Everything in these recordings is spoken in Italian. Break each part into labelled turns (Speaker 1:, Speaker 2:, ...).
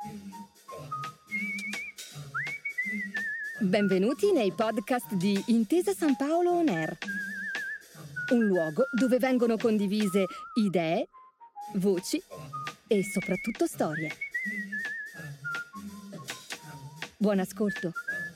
Speaker 1: Benvenuti nei podcast di Intesa San Paolo On Air, un luogo dove vengono condivise idee, voci e soprattutto storie. Buon ascolto.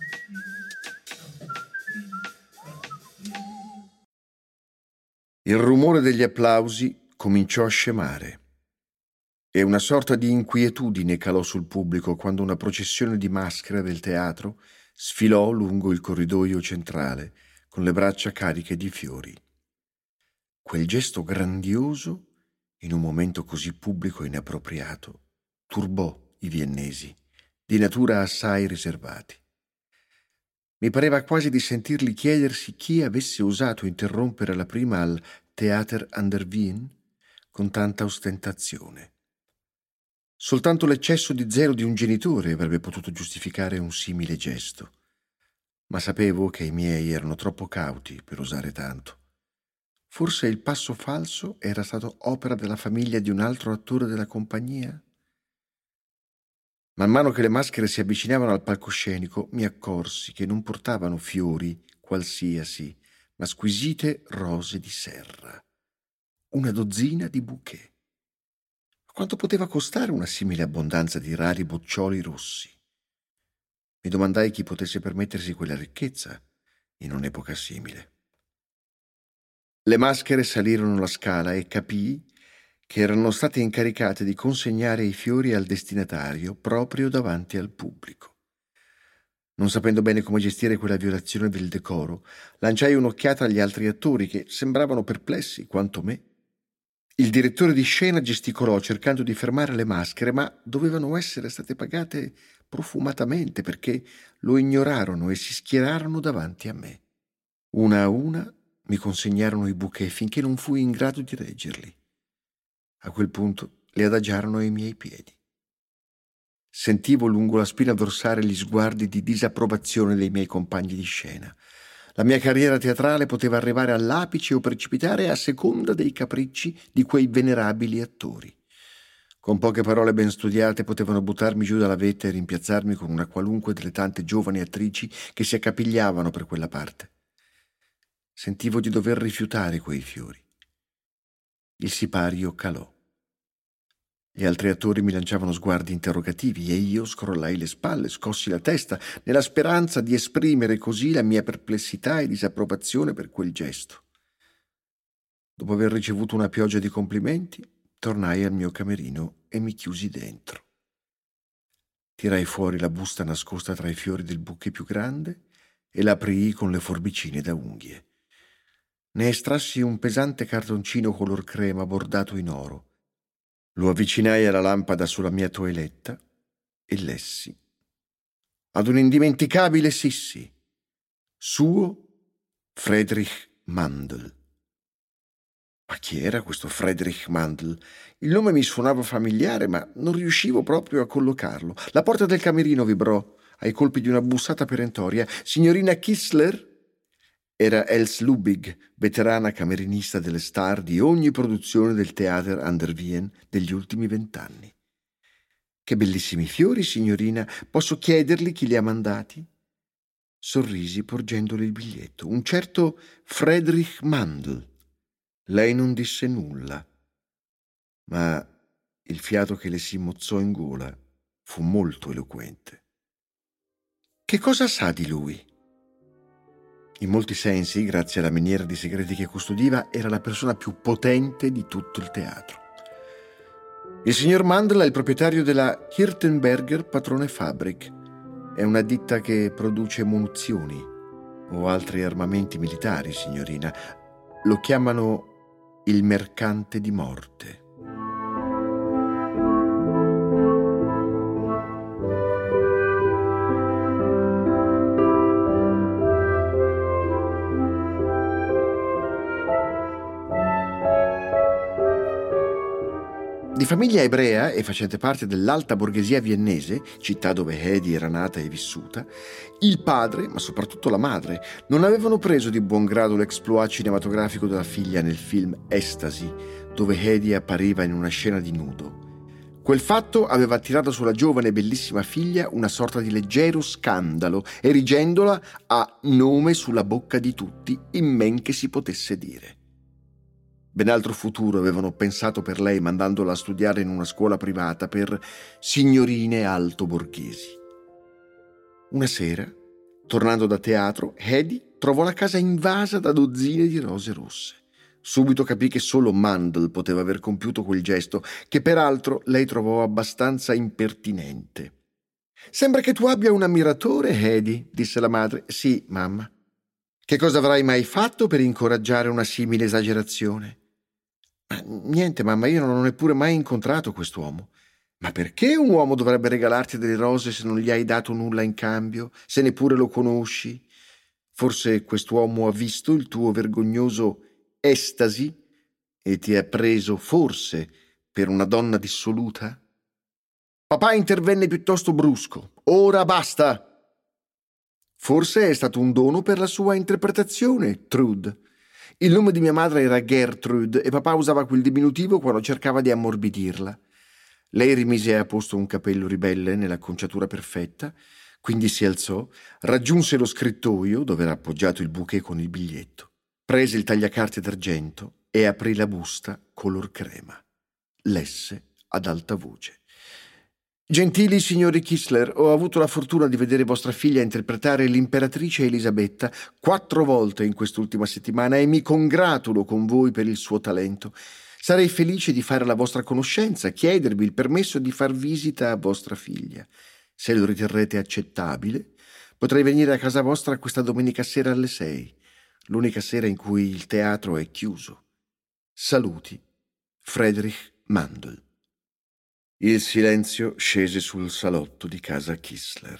Speaker 2: Il rumore degli applausi cominciò a scemare e una sorta di inquietudine calò sul pubblico quando una processione di maschere del teatro sfilò lungo il corridoio centrale con le braccia cariche di fiori. Quel gesto grandioso, in un momento così pubblico e inappropriato, turbò i viennesi, di natura assai riservati. Mi pareva quasi di sentirli chiedersi chi avesse osato interrompere la prima al Theater an der Wien con tanta ostentazione. Soltanto l'eccesso di zelo di un genitore avrebbe potuto giustificare un simile gesto, ma sapevo che i miei erano troppo cauti per osare tanto. Forse il passo falso era stato opera della famiglia di un altro attore della compagnia? Man mano che le maschere si avvicinavano al palcoscenico, mi accorsi che non portavano fiori qualsiasi, ma squisite rose di serra. Una dozzina di bouquet. Quanto poteva costare una simile abbondanza di rari boccioli rossi? Mi domandai chi potesse permettersi quella ricchezza in un'epoca simile. Le maschere salirono la scala e capii che erano state incaricate di consegnare i fiori al destinatario proprio davanti al pubblico. Non sapendo bene come gestire quella violazione del decoro, lanciai un'occhiata agli altri attori che sembravano perplessi quanto me. Il direttore di scena gesticolò cercando di fermare le maschere, ma dovevano essere state pagate profumatamente perché lo ignorarono e si schierarono davanti a me. Una a una mi consegnarono i bouquet finché non fui in grado di reggerli. A quel punto li adagiarono ai miei piedi. Sentivo lungo la spina dorsale gli sguardi di disapprovazione dei miei compagni di scena. La mia carriera teatrale poteva arrivare all'apice o precipitare a seconda dei capricci di quei venerabili attori. Con poche parole ben studiate potevano buttarmi giù dalla vetta e rimpiazzarmi con una qualunque delle tante giovani attrici che si accapigliavano per quella parte. Sentivo di dover rifiutare quei fiori. Il sipario calò. Gli altri attori mi lanciavano sguardi interrogativi e io scrollai le spalle, scossi la testa, nella speranza di esprimere così la mia perplessità e disapprovazione per quel gesto. Dopo aver ricevuto una pioggia di complimenti, tornai al mio camerino e mi chiusi dentro. Tirai fuori la busta nascosta tra i fiori del bouquet più grande e l'aprii con le forbicine da unghie. Ne estrassi un pesante cartoncino color crema bordato in oro. Lo avvicinai alla lampada sulla mia toeletta e lessi. Ad un indimenticabile Sissi. Suo Friedrich Mandl. Ma chi era questo Friedrich Mandl? Il nome mi suonava familiare, ma non riuscivo proprio a collocarlo. La porta del camerino vibrò ai colpi di una bussata perentoria. Signorina Kissler? Era Els Lubig, veterana camerinista delle star di ogni produzione del Theater an der Wien degli ultimi 20 anni. Che bellissimi fiori, signorina. Posso chiederli chi li ha mandati? Sorrisi porgendole il biglietto. Un certo Friedrich Mandl. Lei non disse nulla, ma il fiato che le si mozzò in gola fu molto eloquente. Che cosa sa di lui? In molti sensi, grazie alla miniera di segreti che custodiva, era la persona più potente di tutto il teatro. Il signor Mandl è il proprietario della Hirtenberger Patrone Fabrik. È una ditta che produce munizioni o altri armamenti militari, signorina. Lo chiamano il mercante di morte. Di famiglia ebrea e facente parte dell'alta borghesia viennese, città dove Hedy era nata e vissuta, il padre, ma soprattutto la madre, non avevano preso di buon grado l'exploit cinematografico della figlia nel film Estasi, dove Hedy appariva in una scena di nudo. Quel fatto aveva attirato sulla giovane e bellissima figlia una sorta di leggero scandalo, erigendola a nome sulla bocca di tutti, in men che si potesse dire. Ben altro futuro avevano pensato per lei, mandandola a studiare in una scuola privata per signorine altoborghesi. Una sera, tornando da teatro, Hedy trovò la casa invasa da dozzine di rose rosse. Subito capì che solo Mandel poteva aver compiuto quel gesto, che peraltro lei trovò abbastanza impertinente. «Sembra che tu abbia un ammiratore, Hedy», disse la madre. «Sì, mamma». «Che cosa avrai mai fatto per incoraggiare una simile esagerazione?» «Niente, mamma, io non ho neppure mai incontrato quest'uomo». «Ma perché un uomo dovrebbe regalarti delle rose se non gli hai dato nulla in cambio, se neppure lo conosci? Forse quest'uomo ha visto il tuo vergognoso estasi e ti ha preso, forse, per una donna dissoluta?» Papà intervenne piuttosto brusco. «Ora basta!» «Forse è stato un dono per la sua interpretazione, Trude. Il nome di mia madre era Gertrude e papà usava quel diminutivo quando cercava di ammorbidirla. Lei rimise a posto un capello ribelle nell'acconciatura perfetta, quindi si alzò, raggiunse lo scrittoio dove era appoggiato il bouquet con il biglietto, prese il tagliacarte d'argento e aprì la busta color crema. Lesse ad alta voce: «Gentili signori Kistler, ho avuto la fortuna di vedere vostra figlia interpretare l'imperatrice Elisabetta 4 volte in quest'ultima settimana e mi congratulo con voi per il suo talento. Sarei felice di fare la vostra conoscenza, chiedervi il permesso di far visita a vostra figlia. Se lo riterrete accettabile, potrei venire a casa vostra questa domenica sera alle 6, l'unica sera in cui il teatro è chiuso. Saluti, Friedrich Mandel». Il silenzio scese sul salotto di casa Kistler.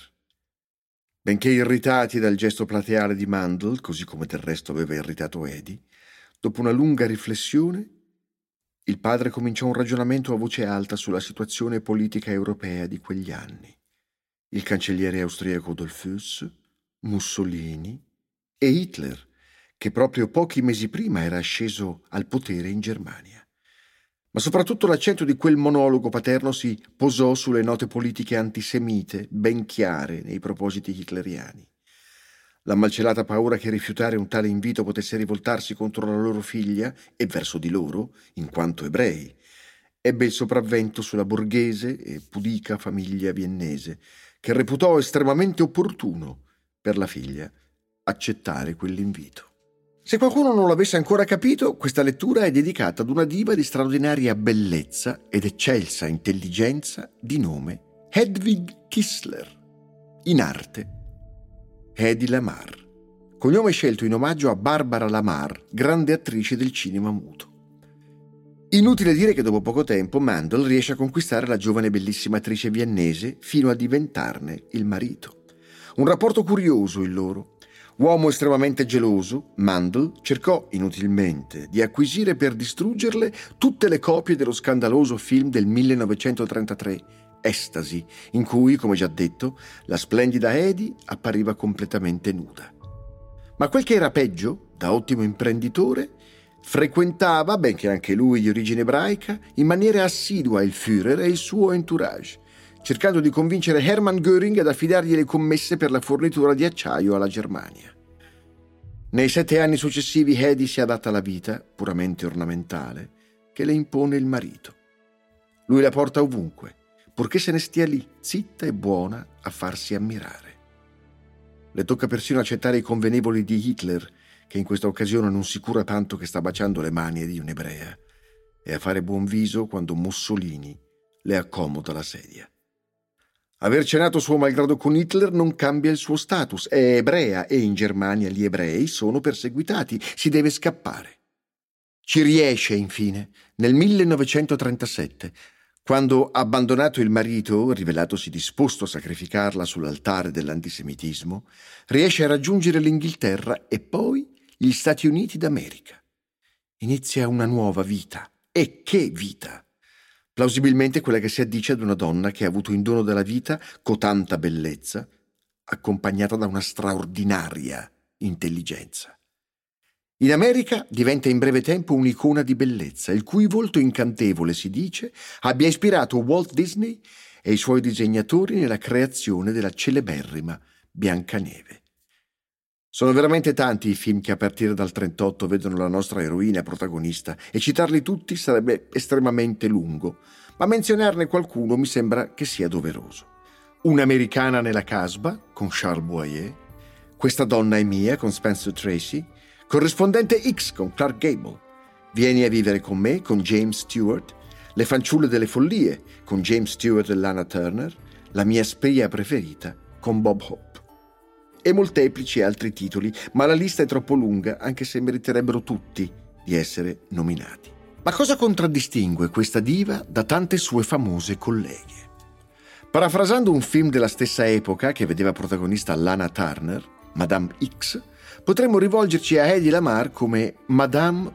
Speaker 2: Benché irritati dal gesto plateale di Mandel, così come del resto aveva irritato Hedy, dopo una lunga riflessione, il padre cominciò un ragionamento a voce alta sulla situazione politica europea di quegli anni. Il cancelliere austriaco Dollfuss, Mussolini e Hitler, che proprio pochi mesi prima era sceso al potere in Germania. Ma soprattutto l'accento di quel monologo paterno si posò sulle note politiche antisemite, ben chiare nei propositi hitleriani. La malcelata paura che rifiutare un tale invito potesse rivoltarsi contro la loro figlia e verso di loro, in quanto ebrei, ebbe il sopravvento sulla borghese e pudica famiglia viennese, che reputò estremamente opportuno per la figlia accettare quell'invito. Se qualcuno non l'avesse ancora capito, questa lettura è dedicata ad una diva di straordinaria bellezza ed eccelsa intelligenza di nome Hedwig Kistler, in arte Hedy Lamarr, cognome scelto in omaggio a Barbara Lamarr, grande attrice del cinema muto. Inutile dire che dopo poco tempo Mandel riesce a conquistare la giovane e bellissima attrice viennese fino a diventarne il marito. Un rapporto curioso il loro. Uomo estremamente geloso, Mandel cercò inutilmente di acquisire per distruggerle tutte le copie dello scandaloso film del 1933, Estasi, in cui, come già detto, la splendida Hedy appariva completamente nuda. Ma quel che era peggio, da ottimo imprenditore, frequentava, benché anche lui di origine ebraica, in maniera assidua il Führer e il suo entourage, cercando di convincere Hermann Göring ad affidargli le commesse per la fornitura di acciaio alla Germania. Nei 7 anni successivi Hedy si adatta alla vita, puramente ornamentale, che le impone il marito. Lui la porta ovunque, purché se ne stia lì, zitta e buona, a farsi ammirare. Le tocca persino accettare i convenevoli di Hitler, che in questa occasione non si cura tanto che sta baciando le mani di un'ebrea, e a fare buon viso quando Mussolini le accomoda la sedia. Aver cenato suo malgrado con Hitler non cambia il suo status, è ebrea e in Germania gli ebrei sono perseguitati, si deve scappare. Ci riesce, infine, nel 1937, quando, abbandonato il marito, rivelatosi disposto a sacrificarla sull'altare dell'antisemitismo, riesce a raggiungere l'Inghilterra e poi gli Stati Uniti d'America. Inizia una nuova vita. E che vita! Plausibilmente quella che si addice ad una donna che ha avuto in dono della vita cotanta bellezza, accompagnata da una straordinaria intelligenza. In America diventa in breve tempo un'icona di bellezza, il cui volto incantevole, si dice, abbia ispirato Walt Disney e i suoi disegnatori nella creazione della celeberrima Biancaneve. Sono veramente tanti i film che a partire dal 1938 vedono la nostra eroina protagonista e citarli tutti sarebbe estremamente lungo, ma menzionarne qualcuno mi sembra che sia doveroso. Un'americana nella Casbah con Charles Boyer, Questa donna è mia con Spencer Tracy, Corrispondente X con Clark Gable, Vieni a vivere con me con James Stewart, Le fanciulle delle follie con James Stewart e Lana Turner, La mia spia preferita con Bob Hope. E molteplici altri titoli, ma la lista è troppo lunga, anche se meriterebbero tutti di essere nominati. Ma cosa contraddistingue questa diva da tante sue famose colleghe? Parafrasando un film della stessa epoca che vedeva protagonista Lana Turner, Madame X, potremmo rivolgerci a Hedy Lamarr come Madame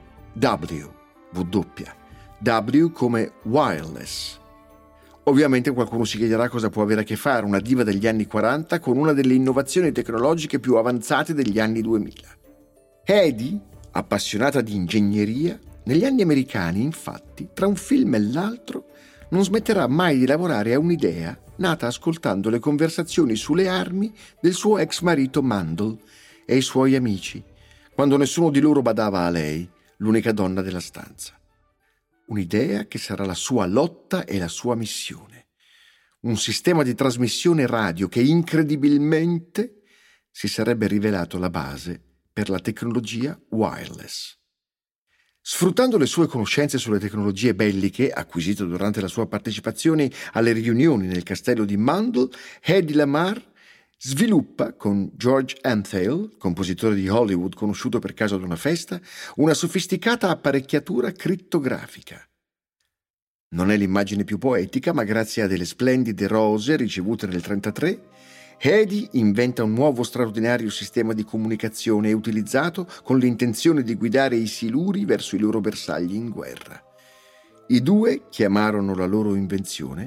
Speaker 2: W come Wireless. Ovviamente qualcuno si chiederà cosa può avere a che fare una diva degli anni 40 con una delle innovazioni tecnologiche più avanzate degli anni 2000. Hedy, appassionata di ingegneria, negli anni americani, infatti, tra un film e l'altro, non smetterà mai di lavorare a un'idea nata ascoltando le conversazioni sulle armi del suo ex marito Mandel e i suoi amici, quando nessuno di loro badava a lei, l'unica donna della stanza. Un'idea che sarà la sua lotta e la sua missione. Un sistema di trasmissione radio che incredibilmente si sarebbe rivelato la base per la tecnologia wireless. Sfruttando le sue conoscenze sulle tecnologie belliche, acquisite durante la sua partecipazione alle riunioni nel castello di Mandel, Hedy Lamarr sviluppa con George Antheil, compositore di Hollywood conosciuto per caso ad una festa, una sofisticata apparecchiatura crittografica. Non è l'immagine più poetica, ma grazie a delle splendide rose ricevute nel 1933, Hedy inventa un nuovo straordinario sistema di comunicazione utilizzato con l'intenzione di guidare i siluri verso i loro bersagli in guerra. I due chiamarono la loro invenzione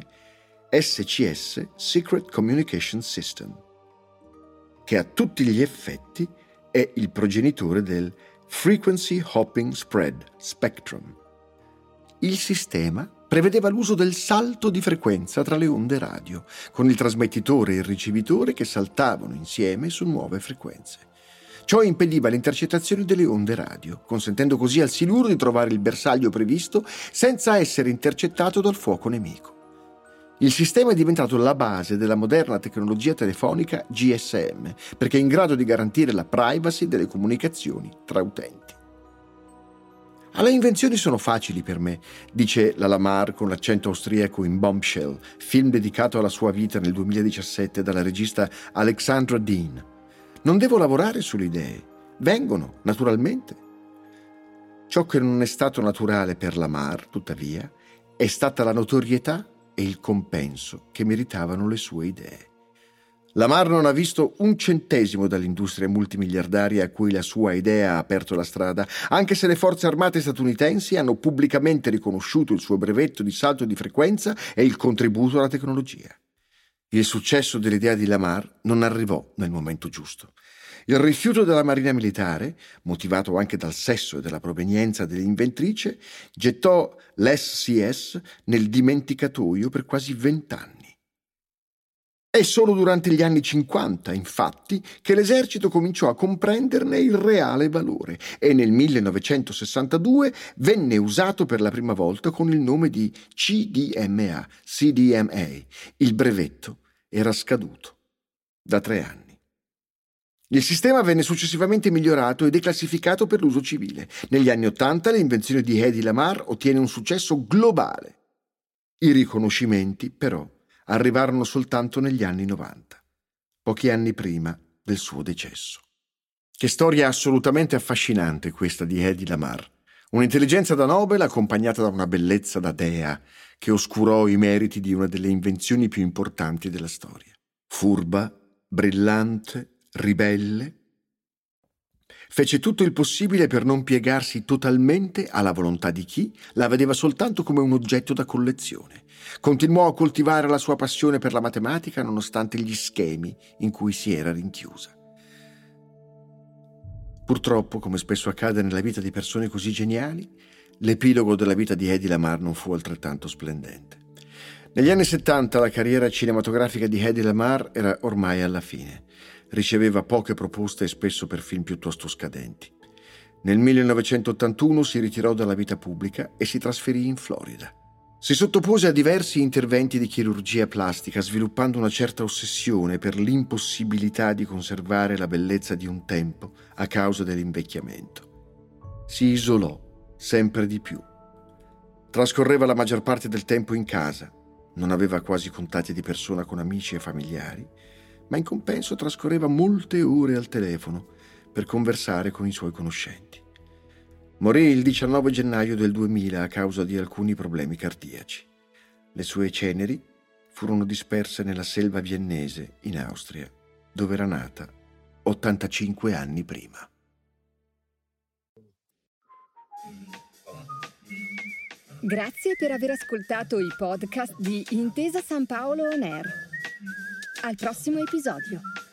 Speaker 2: SCS, Secret Communication System, che a tutti gli effetti è il progenitore del Frequency Hopping Spread Spectrum. Il sistema prevedeva l'uso del salto di frequenza tra le onde radio, con il trasmettitore e il ricevitore che saltavano insieme su nuove frequenze. Ciò impediva l'intercettazione delle onde radio, consentendo così al siluro di trovare il bersaglio previsto senza essere intercettato dal fuoco nemico. Il sistema è diventato la base della moderna tecnologia telefonica GSM, perché è in grado di garantire la privacy delle comunicazioni tra utenti. Le invenzioni sono facili per me, dice la Lamarr con l'accento austriaco in Bombshell, film dedicato alla sua vita nel 2017 dalla regista Alexandra Dean. Non devo lavorare sulle idee, vengono naturalmente. Ciò che non è stato naturale per Lamarr, tuttavia, è stata la notorietà e il compenso che meritavano le sue idee. Lamarr non ha visto un centesimo dall'industria multimiliardaria a cui la sua idea ha aperto la strada, anche se le forze armate statunitensi hanno pubblicamente riconosciuto il suo brevetto di salto di frequenza e il contributo alla tecnologia. Il successo dell'idea di Lamarr non arrivò nel momento giusto. Il rifiuto della Marina Militare, motivato anche dal sesso e dalla provenienza dell'inventrice, gettò l'SCS nel dimenticatoio per quasi 20 anni. È solo durante gli anni 50, infatti, che l'esercito cominciò a comprenderne il reale valore e nel 1962 venne usato per la prima volta con il nome di CDMA. Il brevetto era scaduto da 3 anni. Il sistema venne successivamente migliorato e declassificato per l'uso civile. Negli anni 80 l'invenzione di Hedy Lamarr ottiene un successo globale. I riconoscimenti, però, arrivarono soltanto negli anni 90, pochi anni prima del suo decesso. Che storia assolutamente affascinante questa di Hedy Lamarr. Un'intelligenza da Nobel accompagnata da una bellezza da dea che oscurò i meriti di una delle invenzioni più importanti della storia. Furba, brillante, ribelle, fece tutto il possibile per non piegarsi totalmente alla volontà di chi la vedeva soltanto come un oggetto da collezione. Continuò a coltivare la sua passione per la matematica nonostante gli schemi in cui si era rinchiusa. Purtroppo, come spesso accade nella vita di persone così geniali, l'epilogo della vita di Hedy Lamarr non fu altrettanto splendente. Negli anni 70 la carriera cinematografica di Hedy Lamarr era ormai alla fine. Riceveva poche proposte e spesso per film piuttosto scadenti. Nel 1981 si ritirò dalla vita pubblica e si trasferì in Florida. Si sottopose a diversi interventi di chirurgia plastica, sviluppando una certa ossessione per l'impossibilità di conservare la bellezza di un tempo a causa dell'invecchiamento. Si isolò sempre di più. Trascorreva la maggior parte del tempo in casa, non aveva quasi contatti di persona con amici e familiari, ma in compenso trascorreva molte ore al telefono per conversare con i suoi conoscenti. Morì il 19 gennaio del 2000 a causa di alcuni problemi cardiaci. Le sue ceneri furono disperse nella selva viennese, in Austria, dove era nata 85 anni prima.
Speaker 1: Grazie per aver ascoltato i podcast di Intesa San Paolo On Air. Al prossimo episodio.